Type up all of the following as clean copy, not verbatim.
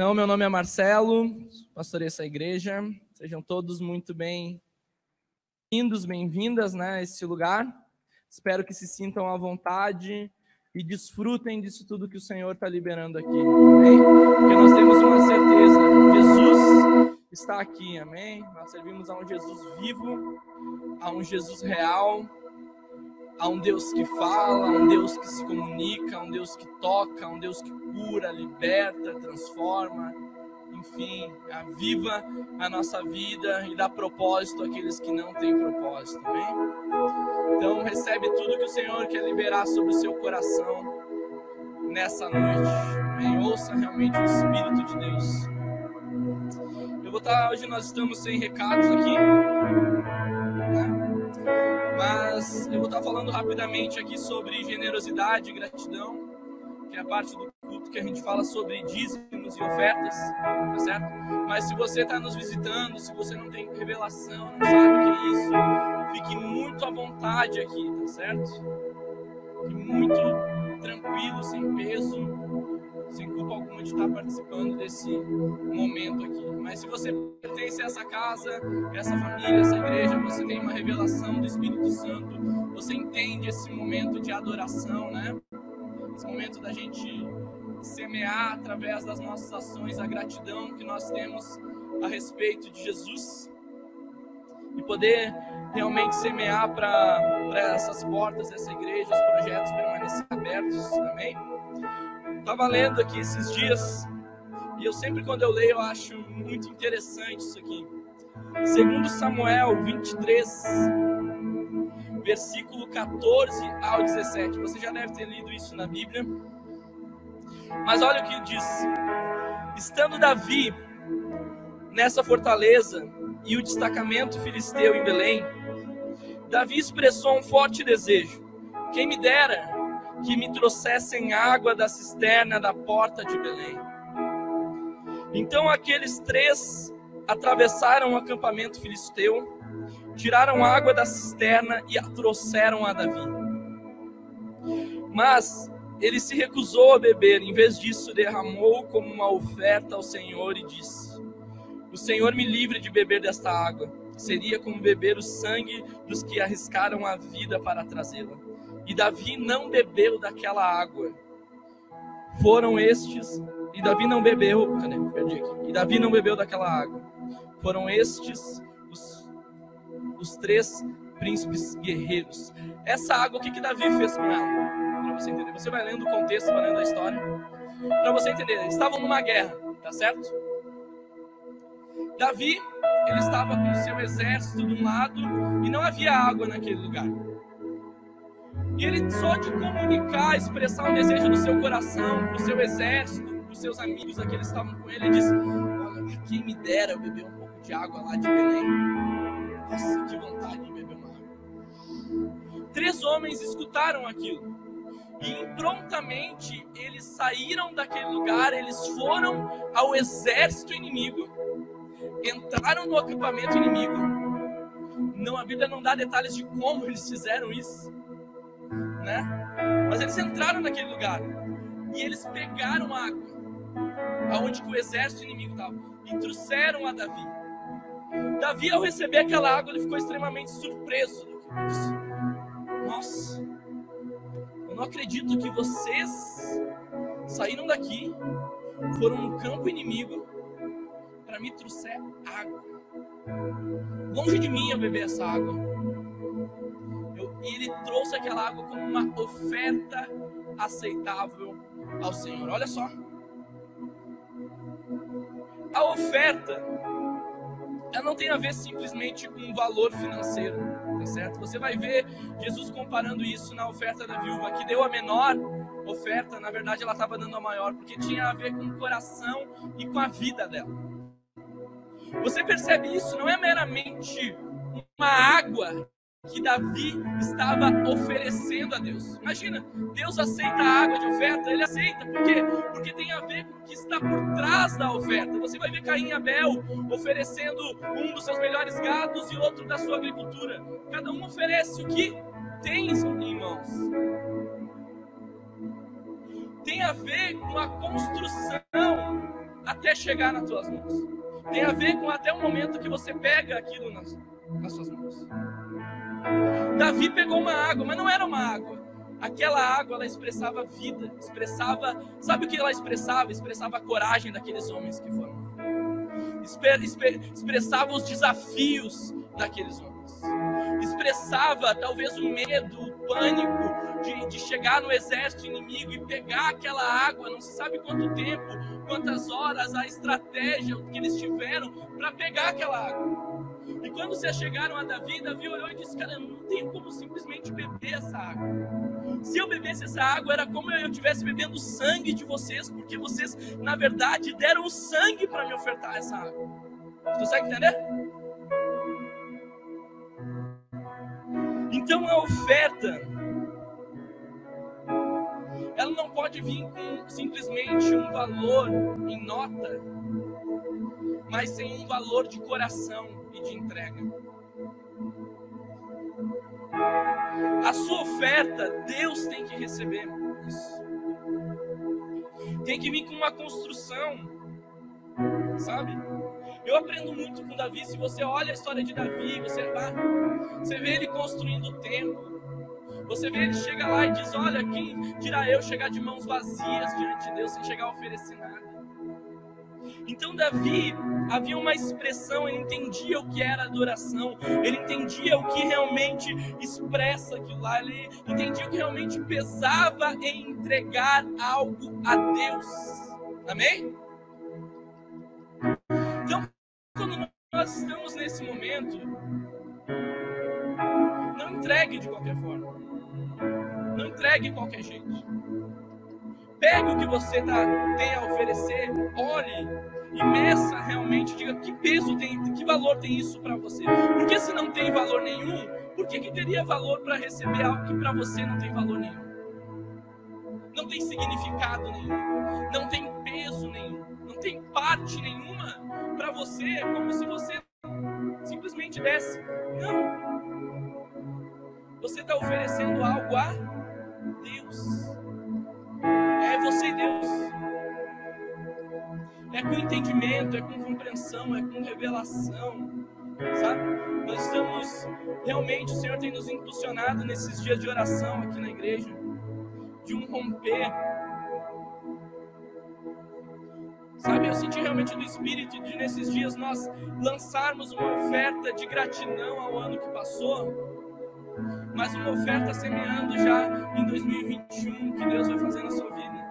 Então, meu nome é Marcelo, pastorei essa igreja. Sejam todos muito bem-vindos, bem-vindas, né, a esse lugar. Espero que se sintam à vontade e desfrutem disso tudo que o Senhor está liberando aqui, amém? Porque nós temos uma certeza, Jesus está aqui, amém? Nós servimos a um Jesus vivo, a um Jesus real, a um Deus que fala, a um Deus que se comunica, a um Deus que toca, a um Deus que cura, liberta, transforma, enfim, aviva a nossa vida e dá propósito àqueles que não têm propósito, amém? Então recebe tudo que o Senhor quer liberar sobre o seu coração nessa noite, amém? Ouça realmente o Espírito de Deus. Hoje nós estamos sem recados aqui, né? Mas eu vou estar falando rapidamente aqui sobre generosidade e gratidão, que é a parte do culto que a gente fala sobre dízimos e ofertas, tá certo? Mas se você está nos visitando, se você não tem revelação, não sabe o que é isso, fique muito à vontade aqui, tá certo? Fique muito tranquilo, sem peso, sem culpa alguma de estar participando desse momento aqui. Mas se você pertence a essa casa, essa família, essa igreja, você tem uma revelação do Espírito Santo, você entende esse momento de adoração, né? Esse momento da gente semear através das nossas ações a gratidão que nós temos a respeito de Jesus e poder realmente semear para essas portas dessa igreja, os projetos permanecerem abertos, amém? Estava lendo aqui esses dias e eu sempre, quando eu leio, eu acho muito interessante isso aqui. Segundo Samuel 23, versículo 14 ao 17. Você já deve ter lido isso na Bíblia. Mas olha o que diz. Estando Davi nessa fortaleza e o destacamento filisteu em Belém, Davi expressou um forte desejo. Quem me dera que me trouxessem água da cisterna da porta de Belém. Então aqueles três atravessaram o acampamento filisteu, tiraram água da cisterna e a trouxeram a Davi. Mas ele se recusou a beber, em vez disso derramou como uma oferta ao Senhor e disse: o Senhor me livre de beber desta água, seria como beber o sangue dos que arriscaram a vida para trazê-la. E Davi não bebeu daquela água. E Davi não bebeu, E Davi não bebeu daquela água. Foram estes os três príncipes guerreiros. Essa água, o que Davi fez com ela? Para você entender. Você vai lendo o contexto, vai lendo a história. Para você entender, eles estavam numa guerra, tá certo? Davi, ele estava com o seu exército de um lado e não havia água naquele lugar. E ele só de comunicar, expressar um desejo do seu coração, para o seu exército, para os seus amigos, aqueles que estavam com ele, ele disse: olha, quem me dera eu beber um pouco de água lá de Belém. Nossa, que vontade de beber uma água. 3 homens escutaram aquilo. E prontamente eles saíram daquele lugar, eles foram ao exército inimigo, entraram no acampamento inimigo. Não, a Bíblia não dá detalhes de como eles fizeram isso, né? Mas eles entraram naquele lugar e eles pegaram água aonde que o exército inimigo estava e trouxeram a Davi. Davi, ao receber aquela água, ele ficou extremamente surpreso. Ele disse: nossa, eu não acredito que vocês saíram daqui, foram no campo inimigo para me trouxer água. Longe de mim eu beber essa água. E ele trouxe aquela água como uma oferta aceitável ao Senhor. Olha só. A oferta, ela não tem a ver simplesmente com o valor financeiro, tá certo? Você vai ver Jesus comparando isso na oferta da viúva, que deu a menor oferta. Na verdade, ela estava dando a maior, porque tinha a ver com o coração e com a vida dela. Você percebe isso? Não é meramente uma água que Davi estava oferecendo a Deus. Imagina, Deus aceita a água de oferta, ele aceita. Por quê? Porque tem a ver com o que está por trás da oferta. Você vai ver Caim e Abel oferecendo um dos seus melhores gados e outro da sua agricultura. Cada um oferece o que tem em mãos. Tem a ver com a construção até até chegar nas tuas mãos. Tem a ver com até o momento que você pega aquilo nas suas mãos. Davi pegou uma água, mas não era uma água. Aquela água, ela expressava vida, sabe o que ela expressava? Expressava a coragem daqueles homens que foram. Expressava os desafios daqueles homens. Expressava talvez o medo, o pânico de chegar no exército inimigo e pegar aquela água, não se sabe quanto tempo, quantas horas, a estratégia que eles tiveram para pegar aquela água. E quando se chegaram a Davi, Davi olhou e disse: cara, não tenho como simplesmente beber essa água. Se eu bebesse essa água, era como eu estivesse bebendo sangue de vocês, porque vocês, na verdade, deram o sangue para me ofertar essa água. Você consegue entender? Então a oferta, ela não pode vir com simplesmente um valor em nota, mas tem um valor de coração e de entrega. A sua oferta, Deus tem que receber isso. Tem que vir com uma construção, sabe? Eu aprendo muito com Davi. Se você olha a história de Davi, você vê ele construindo o templo. Você vê ele chegar lá e diz: olha, quem dirá eu chegar de mãos vazias diante de Deus sem chegar a oferecer nada? Então Davi, havia uma expressão, ele entendia o que era adoração, ele entendia o que realmente expressa aquilo lá, ele entendia o que realmente pesava em entregar algo a Deus. Amém? Então, quando nós estamos nesse momento, não entregue de qualquer forma, não entregue de qualquer jeito. Pegue o que você tem a oferecer, olhe e meça realmente, diga que peso tem, que valor tem isso para você. Porque se não tem valor nenhum, por que teria valor para receber algo que para você não tem valor nenhum? Não tem significado nenhum, não tem peso nenhum, não tem parte nenhuma para você, é como se você simplesmente desse. Não. Você está oferecendo algo a Deus. É você e Deus. É com entendimento, é com compreensão, é com revelação, sabe? Nós estamos, realmente, o Senhor tem nos impulsionado nesses dias de oração aqui na igreja, de um romper. Sabe, eu senti realmente do Espírito de nesses dias nós lançarmos uma oferta de gratidão ao ano que passou, mas uma oferta semeando já em 2021, que Deus vai fazer na sua vida.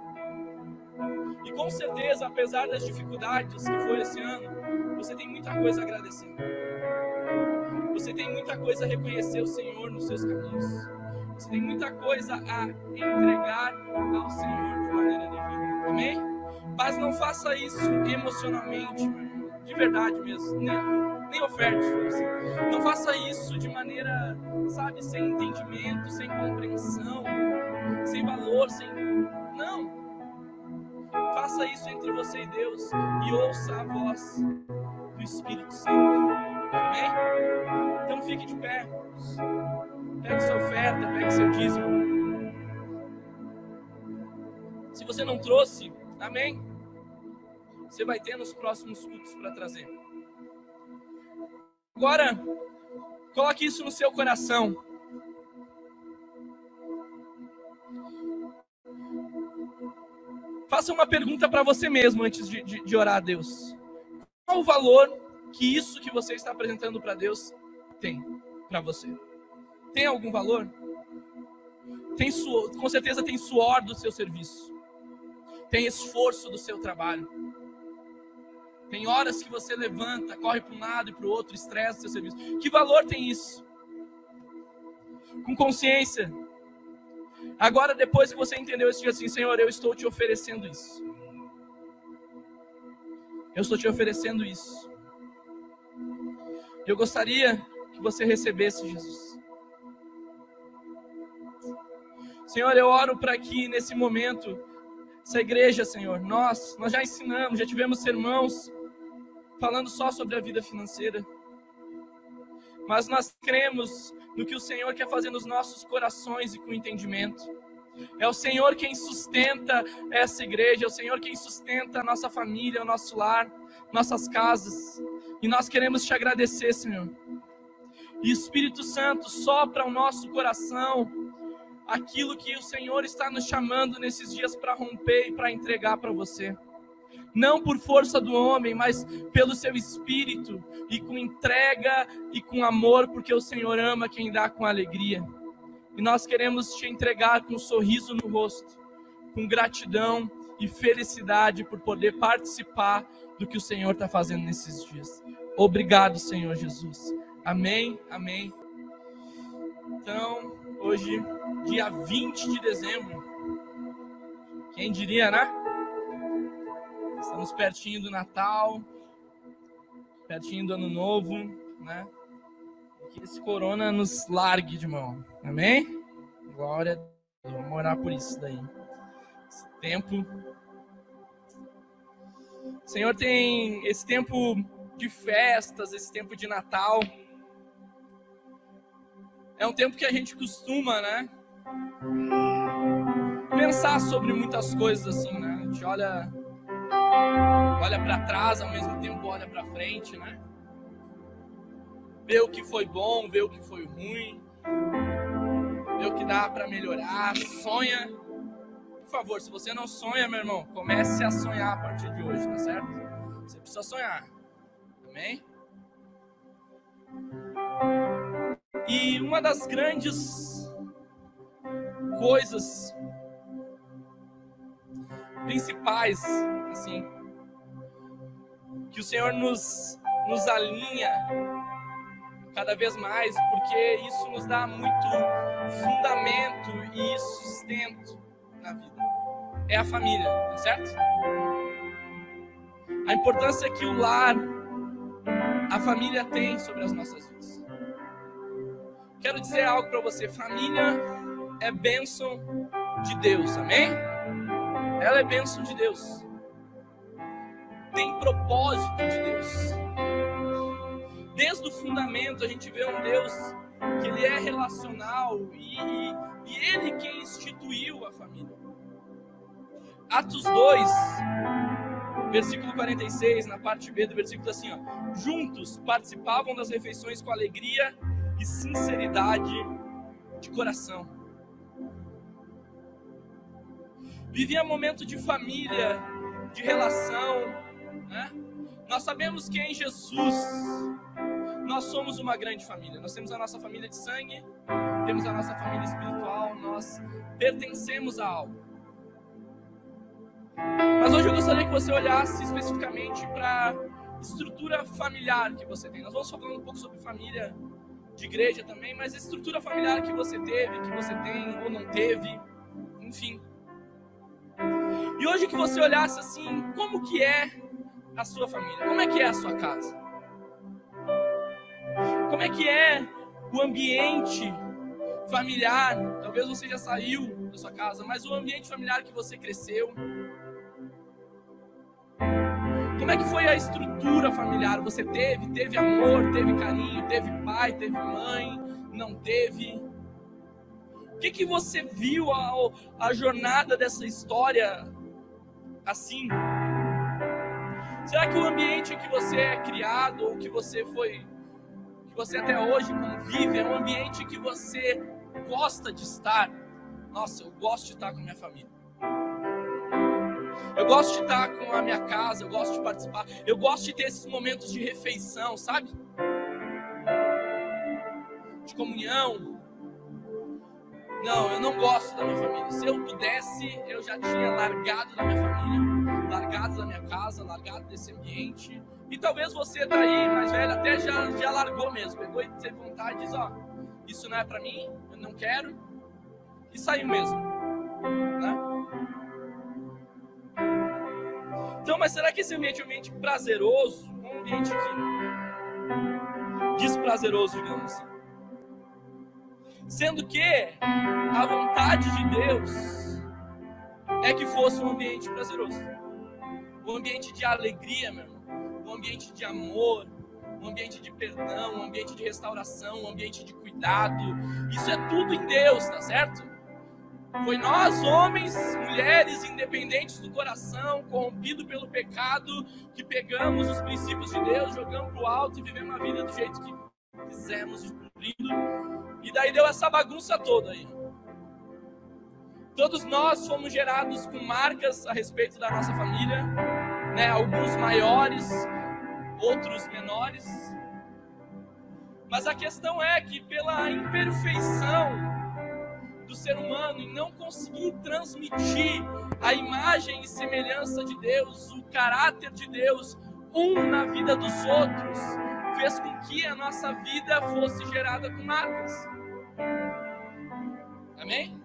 E com certeza, apesar das dificuldades que foi esse ano, você tem muita coisa a agradecer. Você tem muita coisa a reconhecer o Senhor nos seus caminhos. Você tem muita coisa a entregar ao Senhor de maneira divina. Amém? Mas não faça isso emocionalmente, de verdade mesmo, nem oferte. Não faça isso de maneira, sabe, sem entendimento, sem compreensão, sem valor, não. Faça isso entre você e Deus e ouça a voz do Espírito Santo. Amém? Então fique de pé. Pegue sua oferta, pegue seu dízimo. Se você não trouxe, amém? Você vai ter nos próximos cultos para trazer. Agora, coloque isso no seu coração. Faça uma pergunta para você mesmo antes de orar a Deus. Qual o valor que isso que você está apresentando para Deus tem para você? Tem algum valor? Com certeza tem suor do seu serviço. Tem esforço do seu trabalho. Tem horas que você levanta, corre para um lado e para o outro, estressa o seu serviço. Que valor tem isso? Com consciência. Agora, depois que você entendeu isso, diga assim: Senhor, eu estou te oferecendo isso. Eu estou te oferecendo isso. Eu gostaria que você recebesse, Jesus. Senhor, eu oro para que nesse momento, essa igreja, Senhor, nós já ensinamos, já tivemos sermãos falando só sobre a vida financeira. Mas nós cremos no que o Senhor quer fazer nos nossos corações e com entendimento. É o Senhor quem sustenta essa igreja, é o Senhor quem sustenta a nossa família, o nosso lar, nossas casas. E nós queremos te agradecer, Senhor. E Espírito Santo, sopra ao nosso coração aquilo que o Senhor está nos chamando nesses dias para romper e para entregar para você. Não por força do homem, mas pelo seu Espírito, e com entrega e com amor, porque o Senhor ama quem dá com alegria. E nós queremos te entregar com um sorriso no rosto, com gratidão e felicidade por poder participar do que o Senhor está fazendo nesses dias. Obrigado, Senhor Jesus. Amém, amém. Então, hoje, dia 20 de dezembro, quem diria, né? Estamos pertinho do Natal, pertinho do Ano Novo, né? Que esse corona nos largue de mão, amém? Glória a Deus, vamos orar por isso daí. Esse tempo, o Senhor tem esse tempo de festas, esse tempo de Natal. É um tempo que a gente costuma, né? Pensar sobre muitas coisas assim, né? A gente olha para trás, ao mesmo tempo olha para frente, né? Vê o que foi bom, vê o que foi ruim, vê o que dá para melhorar, sonha. Por favor, se você não sonha, meu irmão, comece a sonhar a partir de hoje, tá certo? Você precisa sonhar, amém? E uma das grandes coisas principais, assim, que o Senhor nos alinha cada vez mais, porque isso nos dá muito fundamento e sustento na vida. É a família, tá certo? A importância que o lar, a família tem sobre as nossas vidas. Quero dizer algo para você, família é bênção de Deus, amém? Ela é bênção de Deus. Tem propósito de Deus. Desde o fundamento a gente vê um Deus que ele é relacional e ele quem instituiu a família. Atos 2, versículo 46, na parte B do versículo, assim, ó: juntos participavam das refeições com alegria e sinceridade de coração. Vivia momento de família, de relação, né? Nós sabemos que em Jesus nós somos uma grande família. Nós temos a nossa família de sangue, temos a nossa família espiritual, nós pertencemos a algo. Mas hoje eu gostaria que você olhasse especificamente para a estrutura familiar que você tem. Nós vamos falar um pouco sobre família de igreja também, mas a estrutura familiar que você teve, que você tem ou não teve, enfim. E hoje que você olhasse assim, como que é a sua família? Como é que é a sua casa? Como é que é o ambiente familiar? Talvez você já saiu da sua casa, mas o ambiente familiar que você cresceu. Como é que foi a estrutura familiar? Você teve amor, teve carinho, teve pai, teve mãe, não teve? O que você viu a jornada dessa história assim? Será que o ambiente que você é criado, ou que você até hoje convive, é um ambiente que você gosta de estar? Nossa, eu gosto de estar com a minha família. Eu gosto de estar com a minha casa, eu gosto de participar. Eu gosto de ter esses momentos de refeição, sabe? De comunhão. Não, eu não gosto da minha família. Se eu pudesse, eu já tinha largado da minha família, largado da minha casa, largado desse ambiente. E talvez você tá aí, mais velho, até já largou mesmo. Pegou e teve vontade e diz, ó, isso não é pra mim, eu não quero. E saiu mesmo, né? Então, mas será que esse ambiente é um ambiente prazeroso? Ou um ambiente desprazeroso, digamos assim? Sendo que a vontade de Deus é que fosse um ambiente prazeroso. Um ambiente de alegria, meu irmão. Um ambiente de amor. Um ambiente de perdão. Um ambiente de restauração. Um ambiente de cuidado. Isso é tudo em Deus, tá certo? Foi nós, homens, mulheres, independentes do coração, corrompidos pelo pecado, que pegamos os princípios de Deus, jogamos pro alto e vivemos a vida do jeito que quisemos, descumprido. E daí deu essa bagunça toda aí. Todos nós fomos gerados com marcas a respeito da nossa família, né? Alguns maiores, outros menores. Mas a questão é que pela imperfeição do ser humano em não conseguir transmitir a imagem e semelhança de Deus, o caráter de Deus, na vida dos outros, fez com que a nossa vida fosse gerada com marcas. Amém?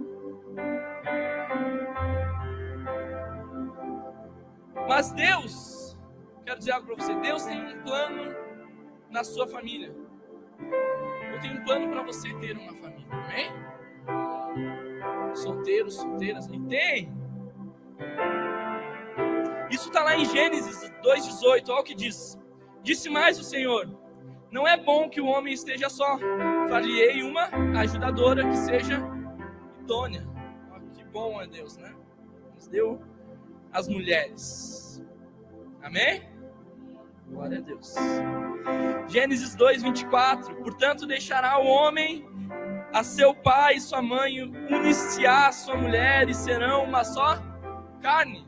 Mas Deus, quero dizer algo para você, Deus tem um plano na sua família. Eu tenho um plano para você ter uma família, amém? Solteiros, solteiras, e tem. Isso está lá em Gênesis 2,18, olha o que diz. Disse mais o Senhor, não é bom que o homem esteja só, far-lhe-ei uma ajudadora que seja idônea. Que bom é Deus, né? Nos deu as mulheres. Amém? Glória a Deus. Gênesis 2:24. Portanto, deixará o homem a seu pai e sua mãe, unir-se a sua mulher e serão uma só carne.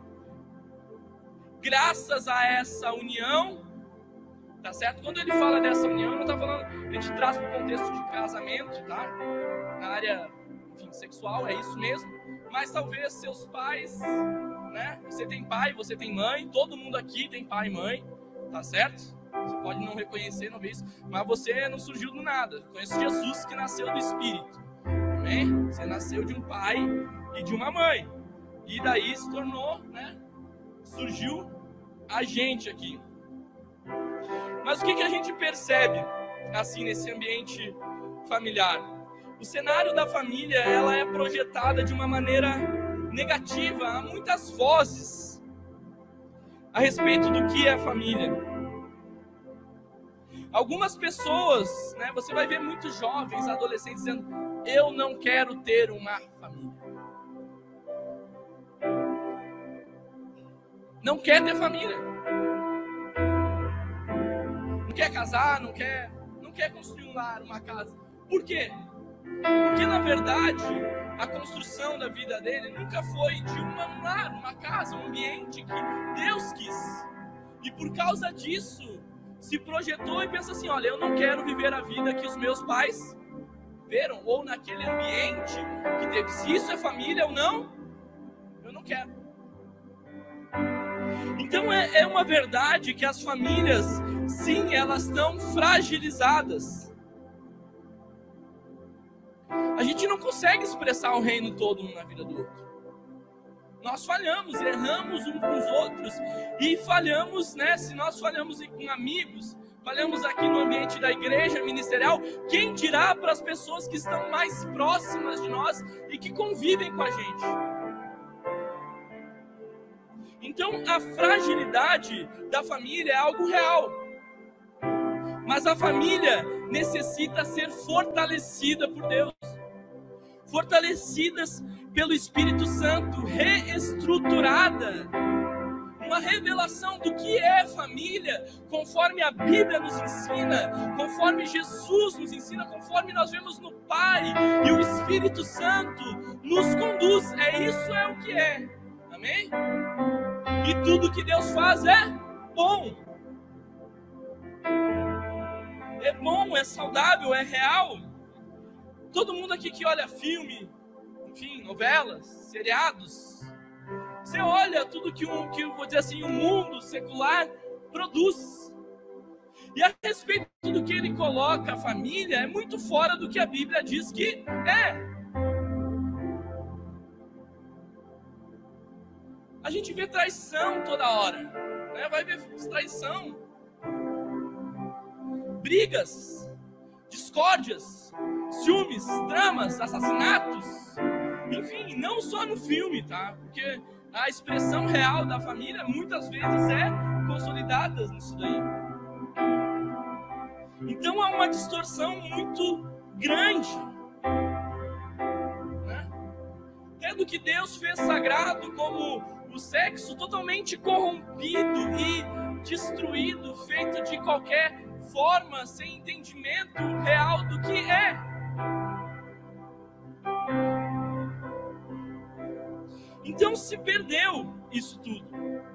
Graças a essa união, tá certo? Quando ele fala dessa união, não está falando, a gente traz para o contexto de casamento, tá? Na área, enfim, sexual, é isso mesmo. Mas talvez seus pais, né? Você tem pai, você tem mãe, todo mundo aqui tem pai e mãe, tá certo? Você pode não reconhecer, não ver isso, mas você não surgiu do nada. Conhece Jesus que nasceu do Espírito, amém? Você nasceu de um pai e de uma mãe, e daí se tornou, né? Surgiu a gente aqui. Mas o que a gente percebe, assim, nesse ambiente familiar? O cenário da família, ela é projetada de uma maneira negativa. Há muitas vozes a respeito do que é a família. Algumas pessoas, né, você vai ver muitos jovens, adolescentes dizendo, eu não quero ter uma família. Não quer ter família. Não quer casar, não quer construir um lar, uma casa. Por quê? Porque, na verdade, a construção da vida dele nunca foi de um lar, uma casa, um ambiente que Deus quis. E por causa disso, se projetou e pensa assim, olha, eu não quero viver a vida que os meus pais viveram, ou naquele ambiente que teve. Se isso é família ou não, eu não quero. Então é uma verdade que as famílias, sim, elas estão fragilizadas. A gente não consegue expressar o reino todo na vida do outro. Nós falhamos, erramos uns com os outros e falhamos, né? Se nós falhamos com amigos, falhamos aqui no ambiente da igreja ministerial, quem dirá para as pessoas que estão mais próximas de nós e que convivem com a gente? Então, a fragilidade da família é algo real. Mas a família necessita ser fortalecida por Deus. Fortalecidas pelo Espírito Santo, reestruturada. Uma revelação do que é família, conforme a Bíblia nos ensina, conforme Jesus nos ensina, conforme nós vemos no Pai e o Espírito Santo nos conduz. Isso é o que é. Amém? E tudo que Deus faz é bom. É bom, é saudável, é real. Todo mundo aqui que olha filme, enfim, novelas, seriados, você olha tudo que vou dizer assim, o mundo secular produz. E a respeito do que ele coloca a família, é muito fora do que a Bíblia diz que é. A gente vê traição toda hora, né? Vai ver traição, brigas, discórdias, ciúmes, dramas, assassinatos, enfim, não só no filme, tá? Porque a expressão real da família muitas vezes é consolidada nisso daí. Então há uma distorção muito grande, né? tendo o que Deus fez sagrado como o sexo totalmente corrompido e destruído, feito de qualquer forma, sem entendimento real do que é. Então se perdeu isso tudo.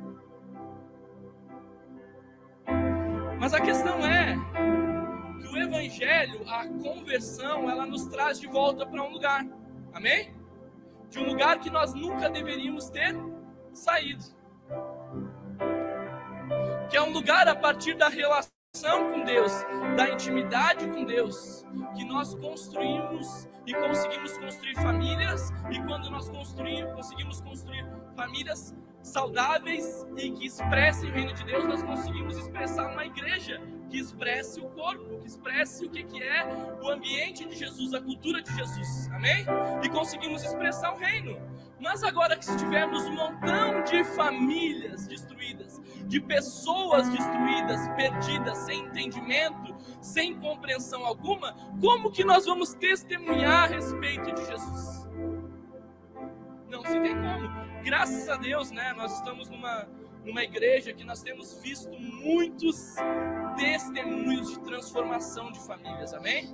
Mas a questão é que o evangelho, a conversão, ela nos traz de volta para um lugar. Amém? De um lugar que nós nunca deveríamos ter saído. Que é um lugar a partir da relação com Deus, da intimidade com Deus, que nós construímos e conseguimos construir famílias, e quando nós conseguimos construir famílias saudáveis e que expressem o reino de Deus, nós conseguimos expressar uma igreja que expresse o corpo, que expresse o que é o ambiente de Jesus, a cultura de Jesus, amém? E conseguimos expressar o reino. Mas agora que estivermos um montão de famílias destruídas, de pessoas destruídas, perdidas, sem entendimento, sem compreensão alguma, como que nós vamos testemunhar a respeito de Jesus? Não se tem como. Graças a Deus, né, nós estamos numa igreja que nós temos visto muitos testemunhos de transformação de famílias, amém?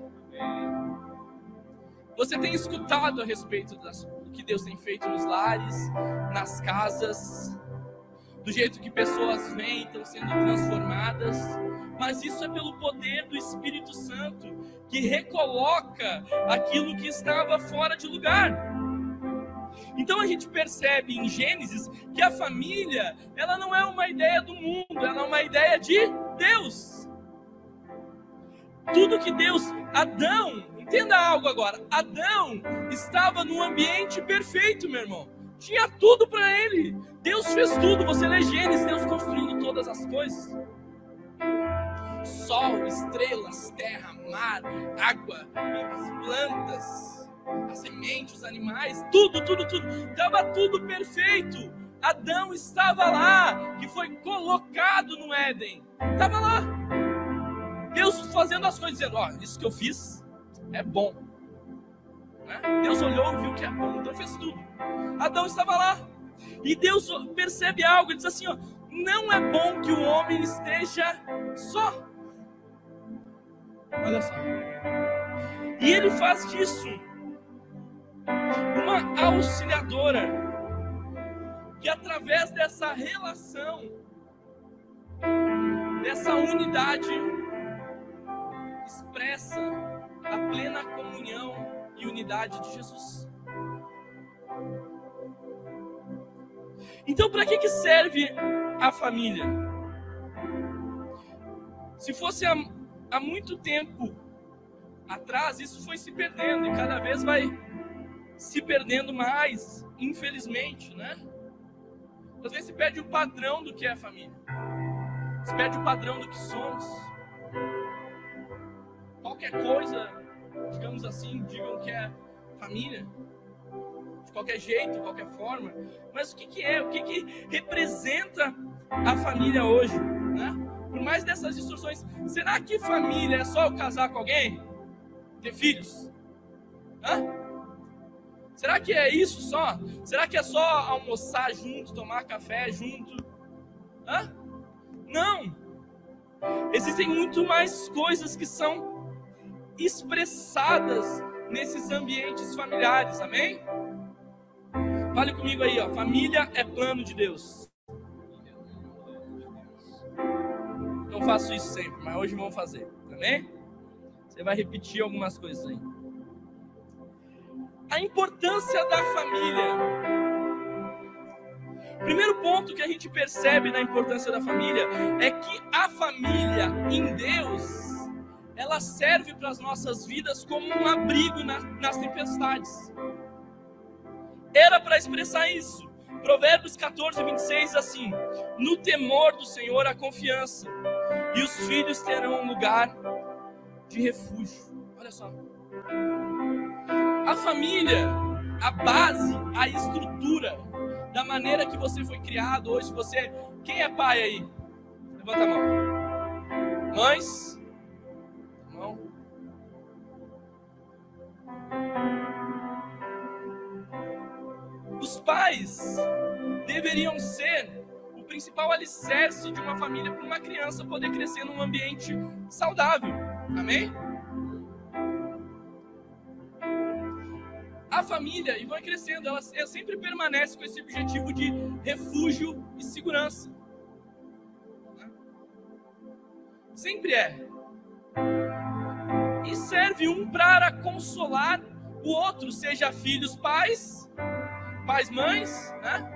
Você tem escutado a respeito do que Deus tem feito nos lares, nas casas, do jeito que pessoas vêm, estão sendo transformadas, mas isso é pelo poder do Espírito Santo, que recoloca aquilo que estava fora de lugar. Então a gente percebe em Gênesis que a família, ela não é uma ideia do mundo, ela é uma ideia de Deus. Tudo que Deus, Adão, entenda algo agora, Adão estava num ambiente perfeito, meu irmão. Tinha tudo para ele. Deus fez tudo. Você lê Gênesis, Deus construindo todas as coisas. Sol, estrelas, terra, mar, água, as plantas, as sementes, os animais, tudo. Estava tudo perfeito. Adão estava lá, que foi colocado no Éden. Estava lá. Deus fazendo as coisas, dizendo, ó, isso que eu fiz é bom. Né? Deus olhou e viu que é bom, então fez tudo. Adão estava lá. E Deus percebe algo, ele diz assim, ó, não é bom que o homem esteja só. Olha só. E ele faz disso uma auxiliadora, que através dessa relação, dessa unidade, expressa a plena comunhão e unidade de Jesus. Então, para que serve a família? Se fosse há muito tempo atrás, isso foi se perdendo e cada vez vai se perdendo mais, infelizmente, né? Às vezes se perde o padrão do que é a família. Se perde o padrão do que somos. Qualquer coisa, digamos assim, digam que é família. De qualquer jeito, qualquer forma. Mas o que é? O que representa a família hoje? Né? Por mais dessas distorções, será que família é só eu casar com alguém? Ter filhos? Hã? Será que é isso só? Será que é só almoçar junto, tomar café junto? Hã? Não! Existem muito mais coisas que são expressadas nesses ambientes familiares, amém? Fale comigo aí, ó. Família é plano de Deus. Não faço isso sempre, mas hoje vamos fazer, amém? Você vai repetir algumas coisas aí. A importância da família. Primeiro ponto que a gente percebe na importância da família é que a família em Deus, ela serve para as nossas vidas como um abrigo nas tempestades. Era para expressar isso. Provérbios 14, 26 assim: no temor do Senhor há confiança, e os filhos terão um lugar de refúgio. Olha só. A família, a base, a estrutura da maneira que você foi criado hoje. Quem é pai aí? Levanta a mão. Mães? Mão. Os pais deveriam ser o principal alicerce de uma família para uma criança poder crescer num ambiente saudável. Amém? A família, e vai crescendo, ela sempre permanece com esse objetivo de refúgio e segurança. Sempre é. E serve um para consolar o outro, seja filhos, pais, mães, né?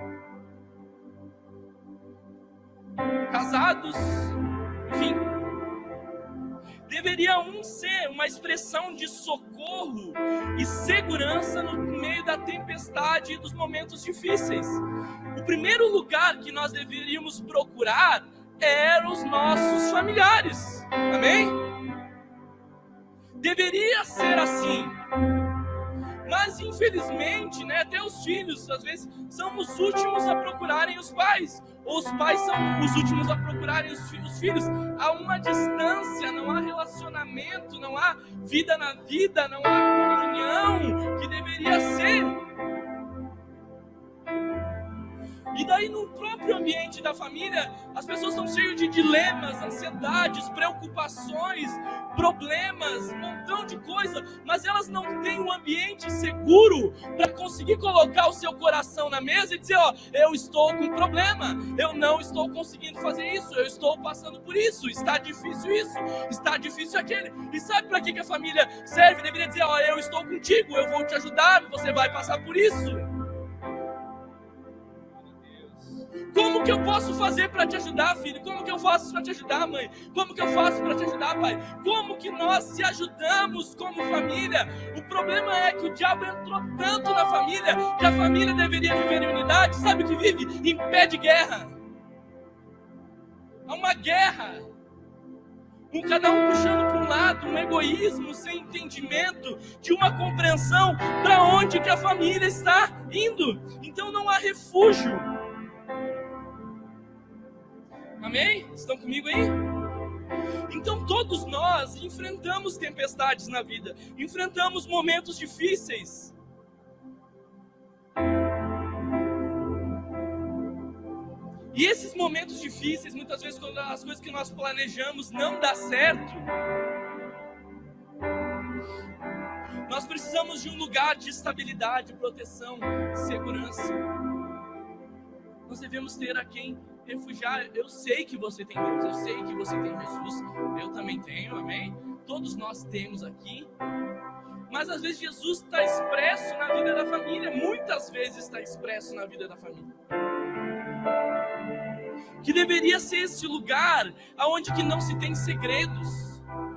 Casados, enfim. Deveria ser uma expressão de socorro e segurança no meio da tempestade e dos momentos difíceis. O primeiro lugar que nós deveríamos procurar eram os nossos familiares. Amém? Deveria ser assim. Mas infelizmente, né, até os filhos, às vezes, são os últimos a procurarem os pais. Ou os pais são os últimos a procurarem os filhos. Há uma distância, não há relacionamento, não há vida na vida, não há comunhão que deveria ser. E daí no próprio ambiente da família, as pessoas estão cheias de dilemas, ansiedades, preocupações, problemas, um montão de coisa, mas elas não têm um ambiente seguro para conseguir colocar o seu coração na mesa e dizer, ó, eu estou com problema, eu não estou conseguindo fazer isso, eu estou passando por isso, está difícil aquele. E sabe para que a família serve? Deveria dizer, ó, eu estou contigo, eu vou te ajudar, você vai passar por isso. Como que eu posso fazer para te ajudar, filho? Como que eu faço para te ajudar, mãe? Como que eu faço para te ajudar, pai? Como que nós se ajudamos como família? O problema é que o diabo entrou tanto na família que a família deveria viver em unidade. Sabe o que vive? Em pé de guerra. Há uma guerra. Cada um puxando para um lado, um egoísmo sem entendimento, de uma compreensão para onde que a família está indo. Então não há refúgio. Amém? Estão comigo aí? Então todos nós enfrentamos tempestades na vida, enfrentamos momentos difíceis. E esses momentos difíceis, muitas vezes quando as coisas que nós planejamos não dão certo, nós precisamos de um lugar de estabilidade, proteção, segurança. Nós devemos ter a quem refugiar. Eu sei que você tem Deus, eu sei que você tem Jesus, eu também tenho, amém? Todos nós temos aqui. Mas às vezes Jesus está expresso na vida da família, muitas vezes está expresso na vida da família. Que deveria ser esse lugar onde que não se tem segredos.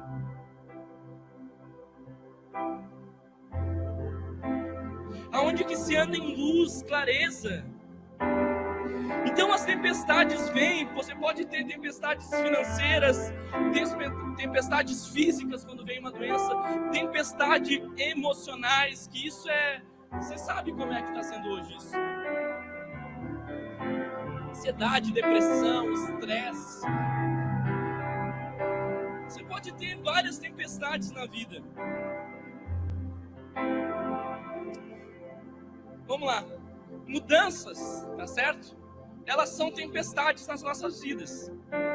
Aonde que se anda em luz, clareza. Então as tempestades vêm, você pode ter tempestades financeiras, tempestades físicas quando vem uma doença, tempestades emocionais, que isso é... Você sabe como é que está sendo hoje isso. Ansiedade, depressão, estresse. Você pode ter várias tempestades na vida. Vamos lá. Mudanças, tá certo? Elas são tempestades nas nossas vidas.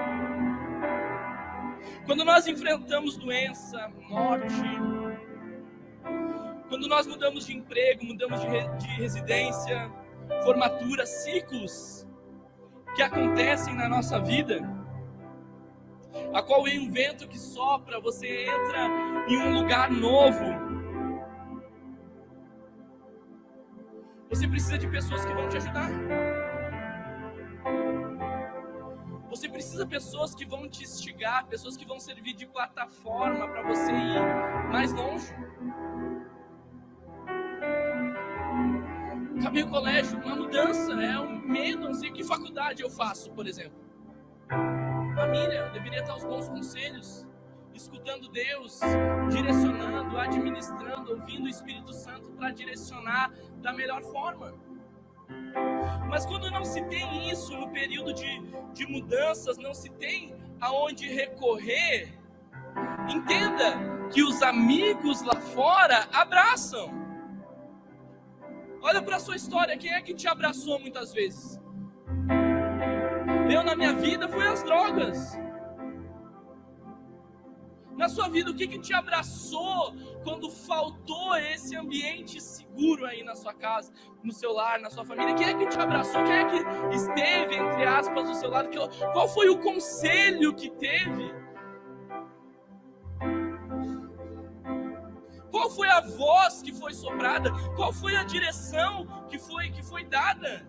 Quando nós enfrentamos doença, morte, quando nós mudamos de emprego, mudamos de residência, formatura, ciclos que acontecem na nossa vida, a qual vem um vento que sopra, você entra em um lugar novo. Você precisa de pessoas que vão te ajudar. Você precisa de pessoas que vão te instigar, pessoas que vão servir de plataforma para você ir mais longe. Acabei o colégio, uma mudança, um medo, não sei que faculdade eu faço, por exemplo. Família, eu deveria dar os bons conselhos, escutando Deus, direcionando, administrando, ouvindo o Espírito Santo para direcionar da melhor forma. Mas quando não se tem isso no período de mudanças, não se tem aonde recorrer, entenda que os amigos lá fora abraçam. Olha para a sua história, quem é que te abraçou muitas vezes? Eu, na minha vida, foi as drogas. Na sua vida, o que te abraçou quando faltou esse ambiente seguro aí na sua casa, no seu lar, na sua família? Quem é que te abraçou? Quem é que esteve, entre aspas, do seu lado? Qual foi o conselho que teve? Qual foi a voz que foi soprada? Qual foi a direção que foi dada?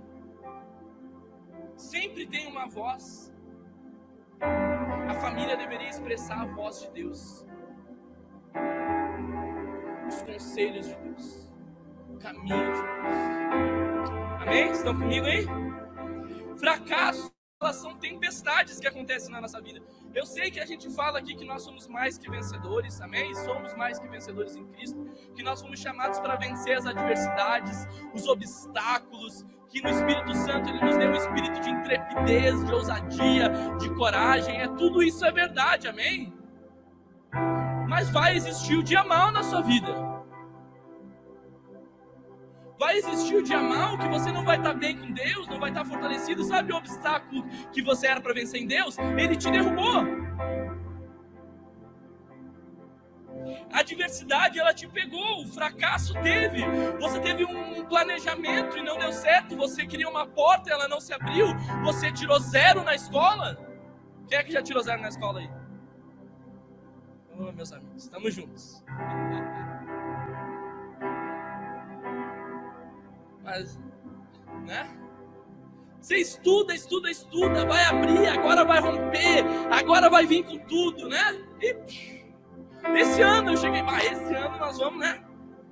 Sempre tem uma voz. A família deveria expressar a voz de Deus, os conselhos de Deus, o caminho de Deus. Amém? Estão comigo aí? Fracasso, elas são tempestades que acontecem na nossa vida. Eu sei que a gente fala aqui que nós somos mais que vencedores, amém? Somos mais que vencedores em Cristo, que nós fomos chamados para vencer as adversidades, os obstáculos, que no Espírito Santo Ele nos deu um espírito de intrepidez, de ousadia, de coragem. Tudo isso é verdade, amém? Mas vai existir o dia mau na sua vida. Vai existir o dia mau que você não vai estar bem com Deus, não vai estar fortalecido. Sabe o obstáculo que você era para vencer em Deus? Ele te derrubou. A adversidade, ela te pegou, o fracasso teve. Você teve um planejamento e não deu certo. Você queria uma porta e ela não se abriu. Você tirou 0 na escola. Quem é que já tirou 0 na escola aí? Oh, meus amigos, estamos juntos. Mas, né? Você estuda, vai abrir, agora vai romper, agora vai vir com tudo, né? E esse ano eu cheguei, esse ano nós vamos, né?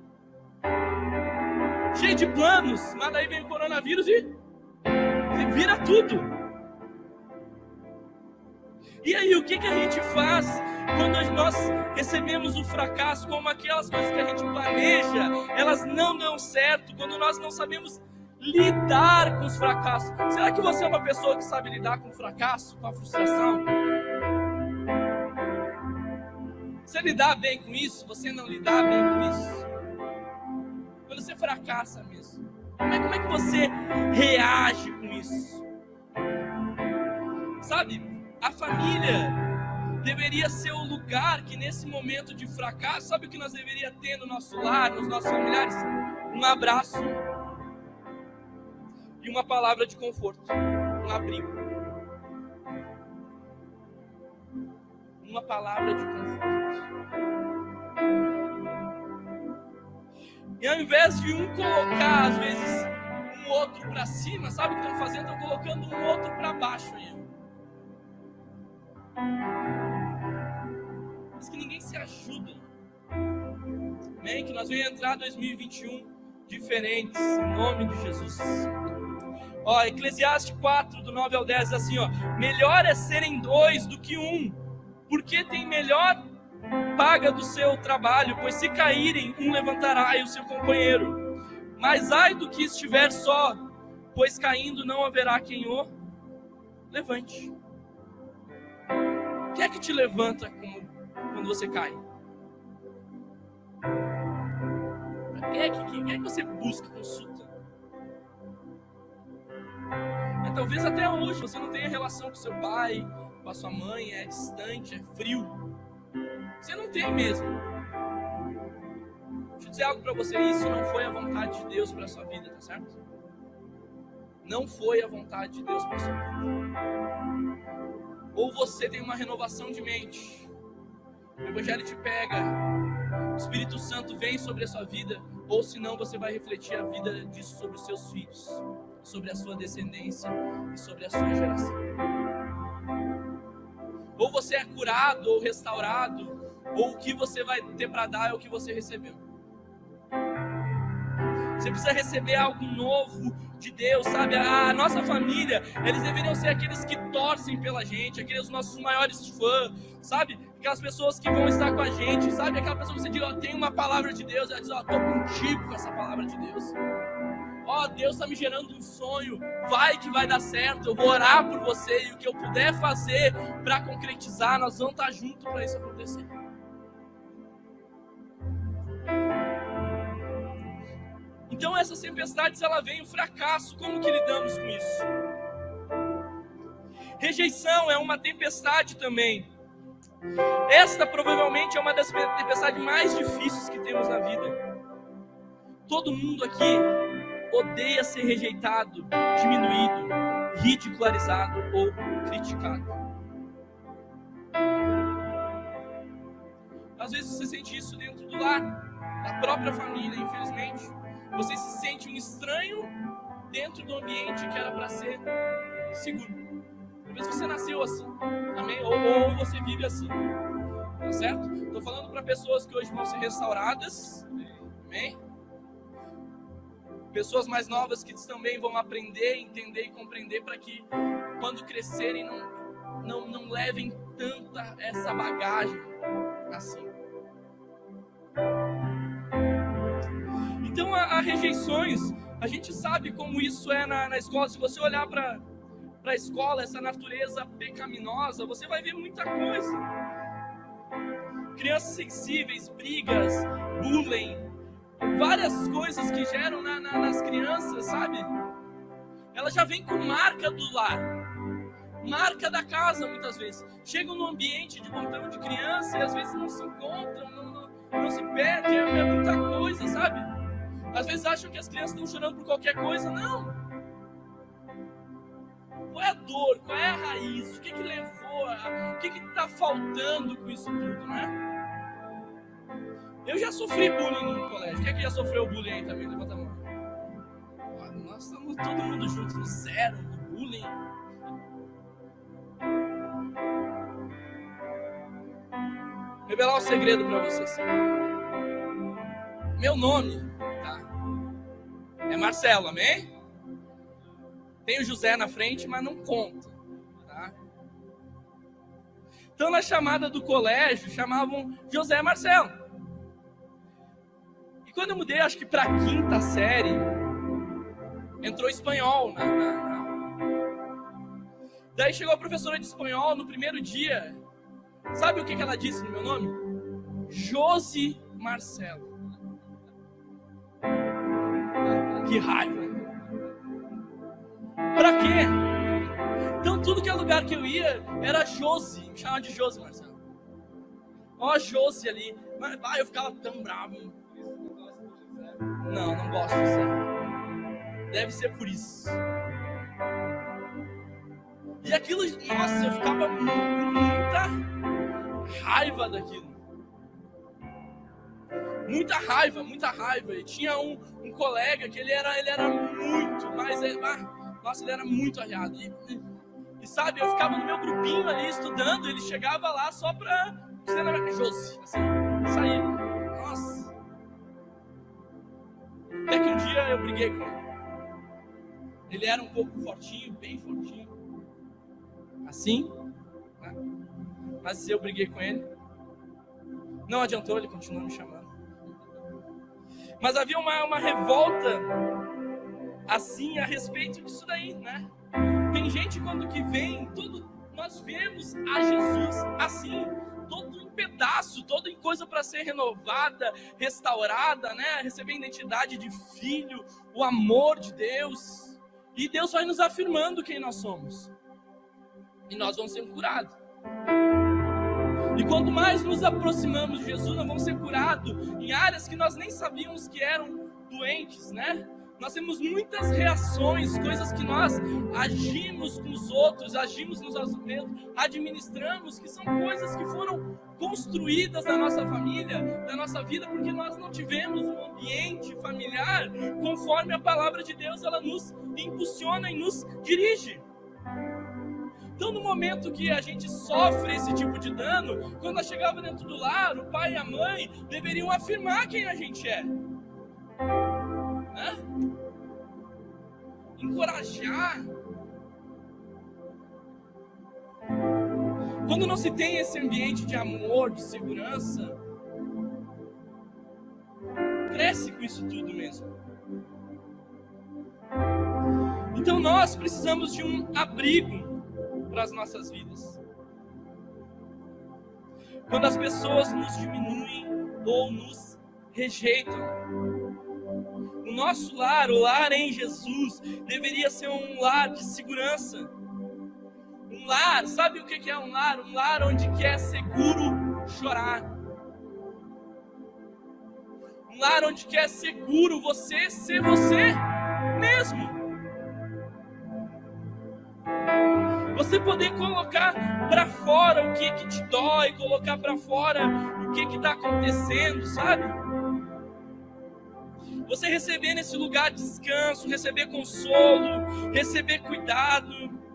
Cheio de planos, mas daí vem o coronavírus e vira tudo. E aí, o que a gente faz quando nós recebemos o fracasso, como aquelas coisas que a gente planeja, elas não dão certo, quando nós não sabemos lidar com os fracassos? Será que você é uma pessoa que sabe lidar com o fracasso, com a frustração? Você lidar bem com isso? Você não lidar bem com isso? Quando você fracassa mesmo, como é que você reage com isso? Sabe, a família deveria ser o lugar que nesse momento de fracasso, sabe o que nós deveríamos ter no nosso lar, nos nossos familiares? Um abraço e uma palavra de conforto, um abrigo. Uma palavra de conforto. E ao invés de um colocar, às vezes, um outro para cima, sabe o que estão fazendo? Estão colocando um outro para baixo aí. Mas que ninguém se ajuda. Amém? Que nós venhamos entrar em 2021 diferentes, em nome de Jesus. Ó, Eclesiastes 4, do 9 ao 10, diz assim, ó: melhor é serem 2 do que 1, porque tem melhor paga do seu trabalho, pois se caírem, um levantará e o seu companheiro. Mas ai do que estiver só, pois caindo não haverá quem o levante. Quem é que te levanta quando você cai? Quem é que você busca, consulta? Talvez até hoje você não tenha relação com seu pai, com a sua mãe, é distante, é frio. Você não tem mesmo. Deixa eu dizer algo para você, isso não foi a vontade de Deus para a sua vida, tá certo? Não foi a vontade de Deus para a sua vida. Ou você tem uma renovação de mente, o Evangelho te pega, o Espírito Santo vem sobre a sua vida, ou senão você vai refletir a vida disso sobre os seus filhos, sobre a sua descendência e sobre a sua geração. Ou você é curado ou restaurado, ou o que você vai ter para dar é o que você recebeu. Você precisa receber algo novo de Deus, sabe? A nossa família, eles deveriam ser aqueles que torcem pela gente, aqueles nossos maiores fãs, sabe? Aquelas pessoas que vão estar com a gente, sabe? Aquela pessoa que você diz, ó, tem uma palavra de Deus, ela diz, ó, tô contigo com essa palavra de Deus. Ó, Deus está me gerando um sonho, vai que vai dar certo, eu vou orar por você e o que eu puder fazer para concretizar, nós vamos estar juntos para isso acontecer. Então essas tempestades, ela vem, o fracasso, como que lidamos com isso? Rejeição é uma tempestade também. Esta provavelmente é uma das tempestades mais difíceis que temos na vida. Todo mundo aqui odeia ser rejeitado, diminuído, ridicularizado ou criticado. Às vezes você sente isso dentro do lar, da própria família, infelizmente. Você se sente um estranho dentro do ambiente que era para ser seguro. Talvez você nasceu assim, amém? Ou você vive assim, tá certo? Estou falando para pessoas que hoje vão ser restauradas, amém? Pessoas mais novas que também vão aprender, entender e compreender para que quando crescerem não levem tanta essa bagagem assim. Então há rejeições, a gente sabe como isso é na escola. Se você olhar para a escola, essa natureza pecaminosa, você vai ver muita coisa. Crianças sensíveis, brigas, bullying, várias coisas que geram nas crianças, sabe? Ela já vem com marca do lar, marca da casa, muitas vezes. Chegam no ambiente de um montão de crianças e às vezes não se encontram, não se perdem, é muita coisa, sabe? Às vezes acham que as crianças estão chorando por qualquer coisa. Não! Qual é a dor? Qual é a raiz? O que levou? O que está faltando com isso tudo, né? Eu já sofri bullying no colégio. Quem é que já sofreu bullying aí também? Levanta a mão. Nós estamos todo mundo juntos no zero do bullying. Revelar um segredo para vocês. Meu nome, tá? É Marcelo, amém? Tem o José na frente, mas não conta, tá? Então na chamada do colégio chamavam José Marcelo. E quando eu mudei, acho que para a 5ª série, entrou espanhol. Daí chegou a professora de espanhol no primeiro dia. Sabe o que ela disse no meu nome? Josi Marcelo. Que raiva. Pra quê? Então tudo que é lugar que eu ia era Josi. Me chamava de Josi Marcelo. Ó, Josi ali. Mas eu ficava tão bravo. Não gosto de ser. Deve ser por isso. E aquilo, nossa, eu ficava com muita raiva daquilo. Muita raiva. E tinha um colega que ele era muito, mas nossa, ele era muito arriado. E sabe, eu ficava no meu grupinho ali estudando, ele chegava lá só pra dizer na minha Josi, assim, sair. Nossa. Até que um dia eu briguei com ele. Ele era um pouco fortinho, bem fortinho. Assim, né? Mas eu briguei com ele. Não adiantou, ele continuou me chamando. Mas havia uma revolta assim a respeito disso daí, né? Tem gente quando que vem, nós vemos a Jesus assim, todo em pedaço, todo em coisa para ser renovada, restaurada, né? Receber a identidade de filho, o amor de Deus. E Deus vai nos afirmando quem nós somos. E nós vamos ser curados. E quanto mais nos aproximamos de Jesus, nós vamos ser curados em áreas que nós nem sabíamos que eram doentes, né? Nós temos muitas reações, coisas que nós agimos com os outros, agimos nos nossos mesmos, administramos, que são coisas que foram construídas na nossa família, na nossa vida, porque nós não tivemos um ambiente familiar conforme a palavra de Deus, ela nos impulsiona e nos dirige. Então, no momento que a gente sofre esse tipo de dano, quando nós chegava dentro do lar, o pai e a mãe deveriam afirmar quem a gente é. Né? Encorajar. Quando não se tem esse ambiente de amor, de segurança, cresce com isso tudo mesmo. Então nós precisamos de um abrigo para as nossas vidas. Quando as pessoas nos diminuem ou nos rejeitam, O nosso lar, o lar em Jesus, deveria ser um lar de segurança. Um lar, sabe o que é um lar? Um lar onde que é seguro chorar. Um lar onde que é seguro você ser você mesmo. Você poder colocar para fora o que te dói, colocar para fora o que está acontecendo, sabe? Você receber nesse lugar descanso, receber consolo, receber cuidado.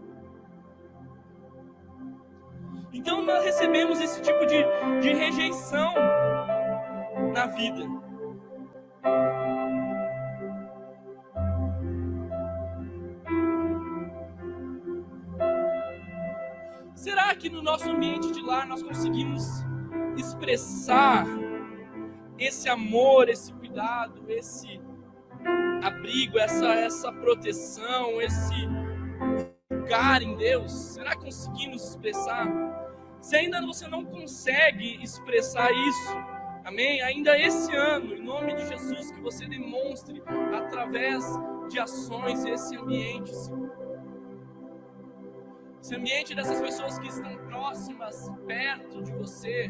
Então nós recebemos esse tipo de rejeição na vida. Será que no nosso ambiente de lar nós conseguimos expressar esse amor, esse cuidado, esse abrigo, essa proteção, esse lugar em Deus? Será que conseguimos expressar? Se ainda você não consegue expressar isso, amém? Ainda esse ano, em nome de Jesus, que você demonstre através de ações esse ambiente seguro. Esse ambiente dessas pessoas que estão próximas, perto de você,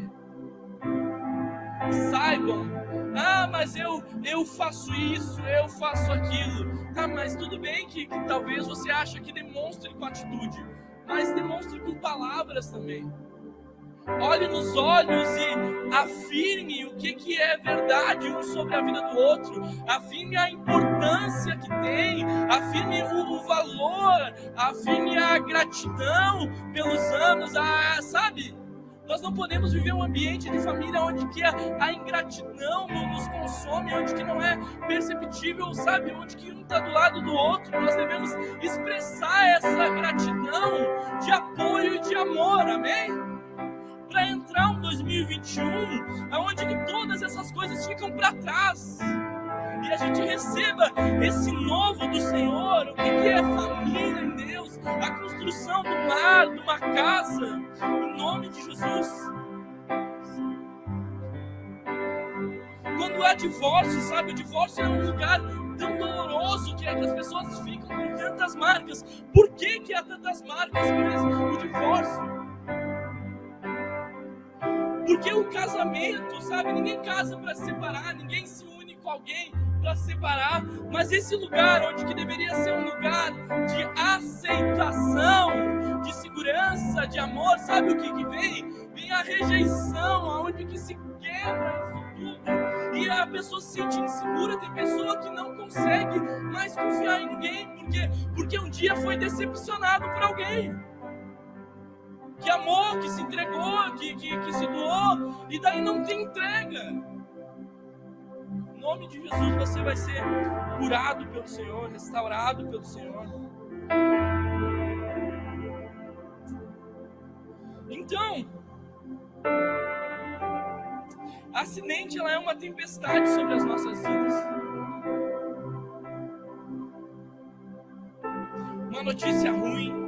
saibam, mas eu faço isso, eu faço aquilo. Tá, mas tudo bem que talvez você ache que demonstre com atitude, mas demonstre com palavras também. Olhe nos olhos e afirme o que é verdade um sobre a vida do outro. Afirme a importância que tem. Afirme o valor. Afirme a gratidão pelos anos. Sabe? Nós não podemos viver um ambiente de família onde que a ingratidão nos consome, onde que não é perceptível, sabe? Onde que um está do lado do outro. Nós devemos expressar essa gratidão de apoio e de amor. Amém? Para entrar um 2021, onde que todas essas coisas ficam para trás e a gente receba esse novo do Senhor. O que é família em Deus? A construção do lar, de uma casa, em nome de Jesus. Quando há divórcio, sabe, o divórcio é um lugar tão doloroso que as pessoas ficam com tantas marcas. Por que há tantas marcas por o divórcio? Porque o casamento, sabe, ninguém casa para se separar, ninguém se une com alguém para se separar, mas esse lugar onde que deveria ser um lugar de aceitação, de segurança, de amor, sabe o que vem? Vem a rejeição, aonde que se quebra isso tudo, e a pessoa se sente insegura. Tem pessoa que não consegue mais confiar em ninguém, porque um dia foi decepcionado por alguém. Que amor, que se entregou, que se doou, e daí não tem entrega. Em nome de Jesus você vai ser curado pelo Senhor, restaurado pelo Senhor. Então, a semente, ela é uma tempestade sobre as nossas vidas. Uma notícia ruim,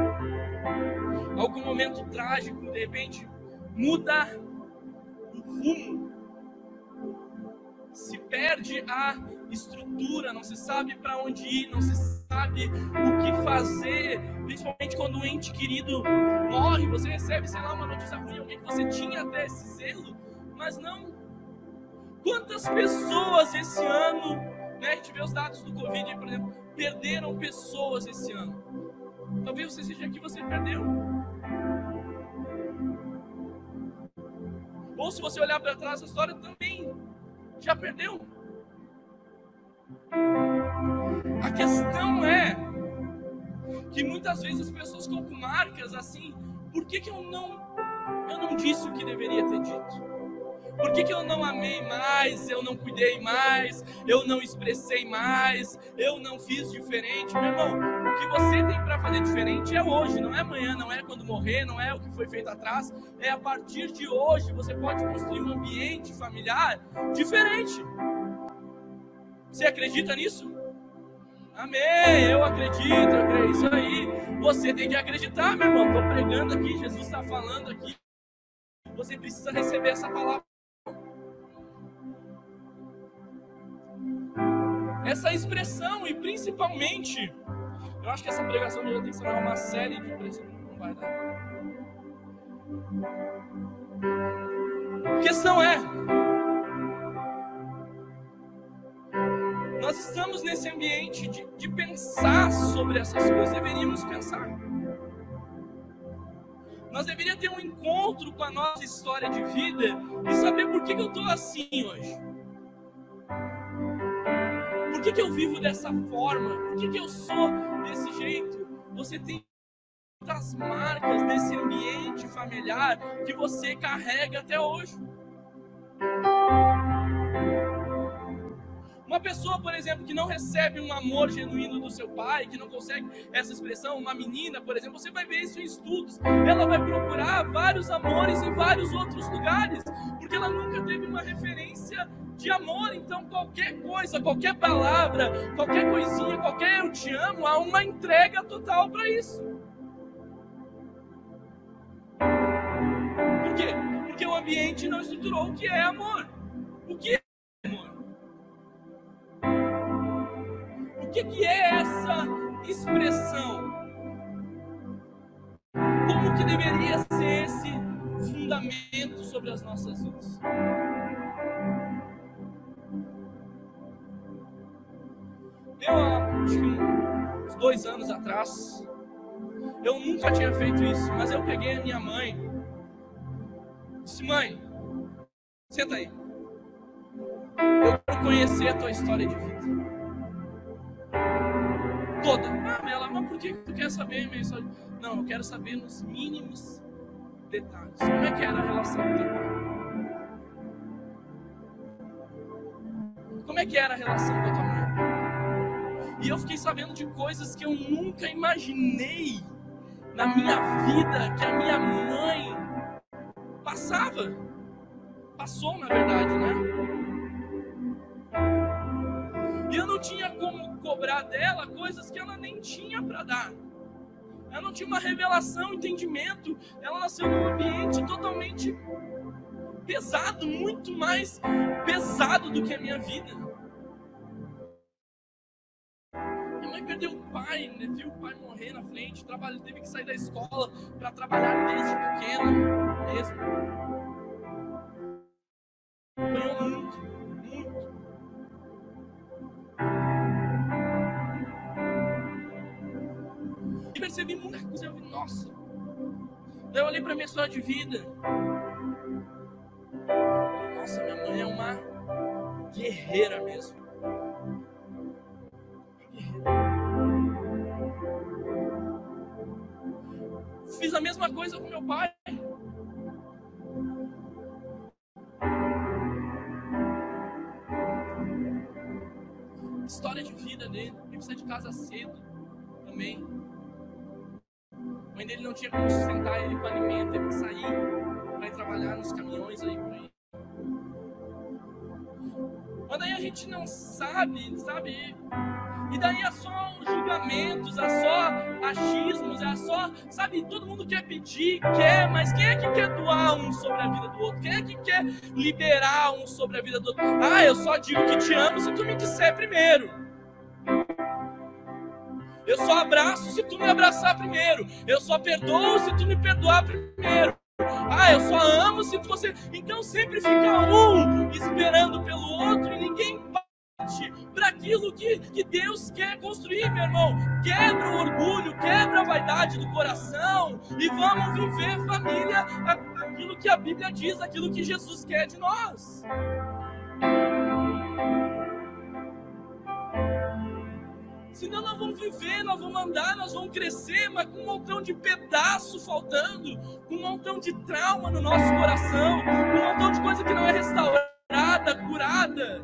algum momento trágico, de repente, muda o rumo. Se perde a estrutura, não se sabe para onde ir, não se sabe o que fazer. Principalmente quando um ente querido morre, você recebe, sei lá, uma notícia ruim, alguém que você tinha até esse zelo, mas não. Quantas pessoas esse ano, né, a gente vê os dados do Covid, por exemplo, perderam pessoas esse ano. Talvez você seja aqui, você perdeu. Ou se você olhar para trás, a história também já perdeu. A questão é que muitas vezes as pessoas ficam com marcas assim. Por que eu não disse o que deveria ter dito? Por que eu não amei mais, eu não cuidei mais, eu não expressei mais, eu não fiz diferente? Meu irmão, o que você tem para fazer diferente é hoje, não é amanhã, não é quando morrer, não é o que foi feito atrás. É a partir de hoje, você pode construir um ambiente familiar diferente. Você acredita nisso? Amém, eu acredito, é isso aí. Você tem que acreditar, meu irmão. Estou pregando aqui, Jesus está falando aqui. Você precisa receber essa palavra. essa expressão, e principalmente, eu acho que essa pregação já tem que ser uma série de pregações, não vai dar. A questão é, nós estamos nesse ambiente de pensar sobre essas coisas, deveríamos pensar. Nós deveríamos ter um encontro com a nossa história de vida e saber por que eu estou assim hoje. Por que eu vivo dessa forma? Por que eu sou desse jeito? Você tem muitas marcas desse ambiente familiar que você carrega até hoje. Uma pessoa, por exemplo, que não recebe um amor genuíno do seu pai, que não consegue essa expressão, uma menina, por exemplo, você vai ver isso em estudos. Ela vai procurar vários amores em vários outros lugares, porque ela nunca teve uma referência de amor. Então, qualquer coisa, qualquer palavra, qualquer coisinha, qualquer eu te amo, há uma entrega total para isso. Por quê? Porque o ambiente não estruturou o que é amor. O que é amor? O que é essa expressão? Como que deveria ser esse fundamento sobre as nossas vidas? Acho que uns 2 anos atrás, eu nunca tinha feito isso, mas eu peguei a minha mãe e disse: mãe, senta aí. Eu quero conhecer a tua história de vida. Toda. Mas por que tu quer saber a minha história? Não, eu quero saber nos mínimos detalhes. Como é que era a relação com teu pai? Como é que era a relação com a tua mãe? E eu fiquei sabendo de coisas que eu nunca imaginei na minha vida que a minha mãe passou, na verdade, né? E eu não tinha como cobrar dela coisas que ela nem tinha para dar. Ela não tinha uma revelação, entendimento. Ela nasceu num ambiente totalmente pesado, muito mais pesado do que a minha vida. Minha mãe perdeu o pai, né? Viu o pai morrer na frente, teve que sair da escola para trabalhar desde pequena mesmo. Ganhou muito, muito. E percebi muita coisa. Eu vi, nossa. Daí eu olhei para minha história de vida. Nossa, minha mãe é uma guerreira mesmo. Fiz a mesma coisa com meu pai. História de vida dele. Ele saiu de casa cedo também. A mãe dele não tinha como sustentar ele com alimento, teve que sair para ir trabalhar nos caminhões aí por aí. Mas daí a gente não sabe? E daí é só julgamentos, é só achismos, é só, sabe, todo mundo quer pedir, mas quem é que quer doar um sobre a vida do outro? Quem é que quer liberar um sobre a vida do outro? Eu só digo que te amo se tu me disser primeiro. Eu só abraço se tu me abraçar primeiro. Eu só perdoo se tu me perdoar primeiro. Eu só amo se você... Então sempre fica um esperando pelo outro e ninguém parte para aquilo que Deus quer construir, meu irmão. Quebra o orgulho, quebra a vaidade do coração e vamos viver, família, aquilo que a Bíblia diz, aquilo que Jesus quer de nós. Senão nós vamos viver, nós vamos andar, nós vamos crescer, mas com um montão de pedaço faltando, com um montão de trauma no nosso coração, com um montão de coisa que não é restaurada, curada.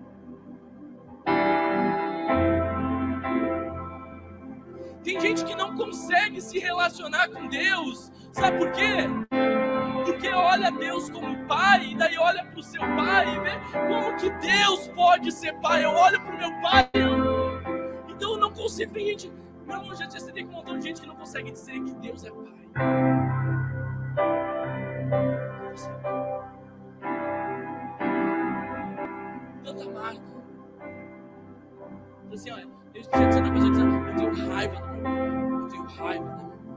Tem gente que não consegue se relacionar com Deus. Sabe por quê? Porque olha Deus como pai, e daí olha para o seu pai e vê como que Deus pode ser pai. Eu olho para o meu pai, então eu não consigo. Tem gente, meu irmão, já tem um montão de gente que não consegue dizer que Deus é pai. Tanta marca. assim, olha, Deus tinha dizendo uma coisa, dizendo, eu tenho raiva do meu irmão, eu tenho raiva da minha irmã.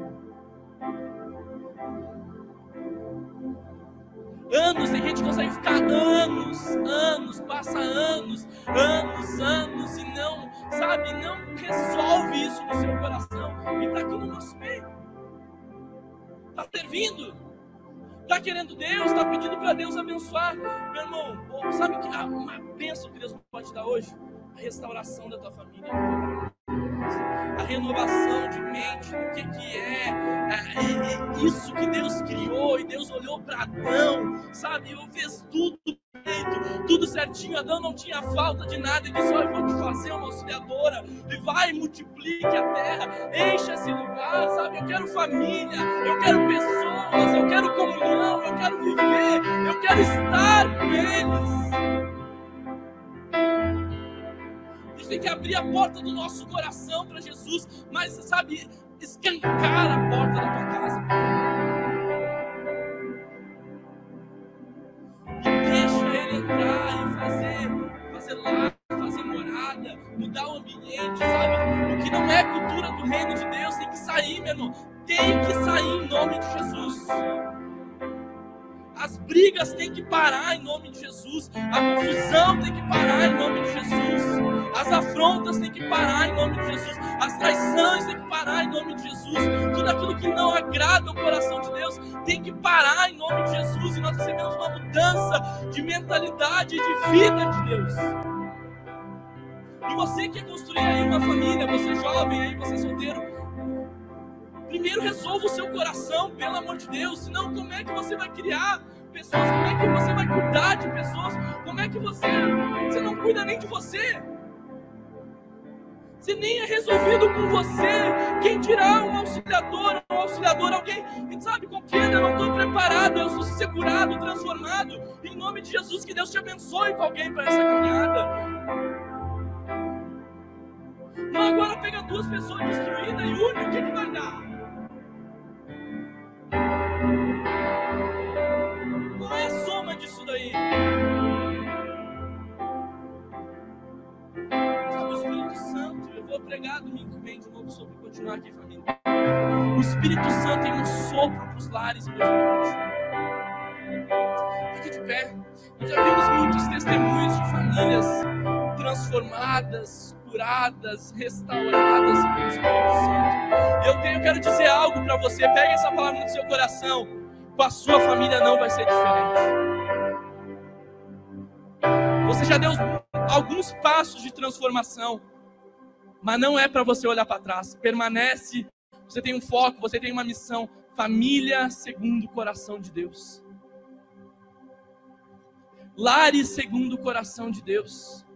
Anos, tem gente que consegue ficar anos, passa anos, e não, sabe, não resolve isso no seu coração. E está aqui no nosso meio. Está servindo. Está querendo Deus, está pedindo para Deus abençoar. Meu irmão, sabe que uma bênção que Deus pode dar hoje? A restauração da tua família. A renovação de mente do que é isso que Deus criou, e Deus olhou para Adão, sabe, e fez tudo perfeito, tudo certinho. Adão não tinha falta de nada, e disse, eu vou te fazer uma auxiliadora, e vai, multiplique a terra, encha esse lugar, sabe, eu quero família, eu quero pessoas, eu quero comunhão, eu quero viver, eu quero estar com eles. A gente tem que abrir a porta do nosso coração para Jesus, mas, sabe, escancar a porta da tua casa. E deixa ele entrar e fazer lar, fazer morada, mudar o ambiente, sabe? O que não é cultura do reino de Deus tem que sair, meu irmão. Tem que sair em nome de Jesus. As brigas têm que parar em nome de Jesus. A confusão tem que parar em nome de Jesus. As afrontas têm que parar em nome de Jesus. As traições têm que parar em nome de Jesus. Tudo aquilo que não agrada o coração de Deus tem que parar em nome de Jesus. E nós recebemos uma mudança de mentalidade e de vida de Deus. E você que quer construir aí uma família, você jovem aí, você solteiro, primeiro resolva o seu coração, pelo amor de Deus. Senão, como é que você vai criar pessoas? Como é que você vai cuidar de pessoas? Como é que você não cuida nem de você? Se nem é resolvido com você, quem dirá um auxiliador, alguém, sabe, compreenda, eu não estou preparado, eu sou ser curado, transformado. Em nome de Jesus, que Deus te abençoe com alguém para essa caminhada. Não, agora pega duas pessoas destruídas e une, o que vai dar? Qual é a soma disso daí? Sabe, o Espírito Santo, eu vou pregar domingo que vem de novo sobre continuar aqui, família. O Espírito Santo tem um sopro para os lares em 2020. Fique de pé. Nós já vimos muitos testemunhos de famílias transformadas, curadas, restauradas pelo Espírito Santo. Eu quero dizer algo para você. Pega essa palavra no seu coração. Com a sua família não vai ser diferente. Você já deu alguns passos de transformação, mas não é para você olhar para trás. Permanece. Você tem um foco, você tem uma missão. Família segundo o coração de Deus. Lares segundo o coração de Deus.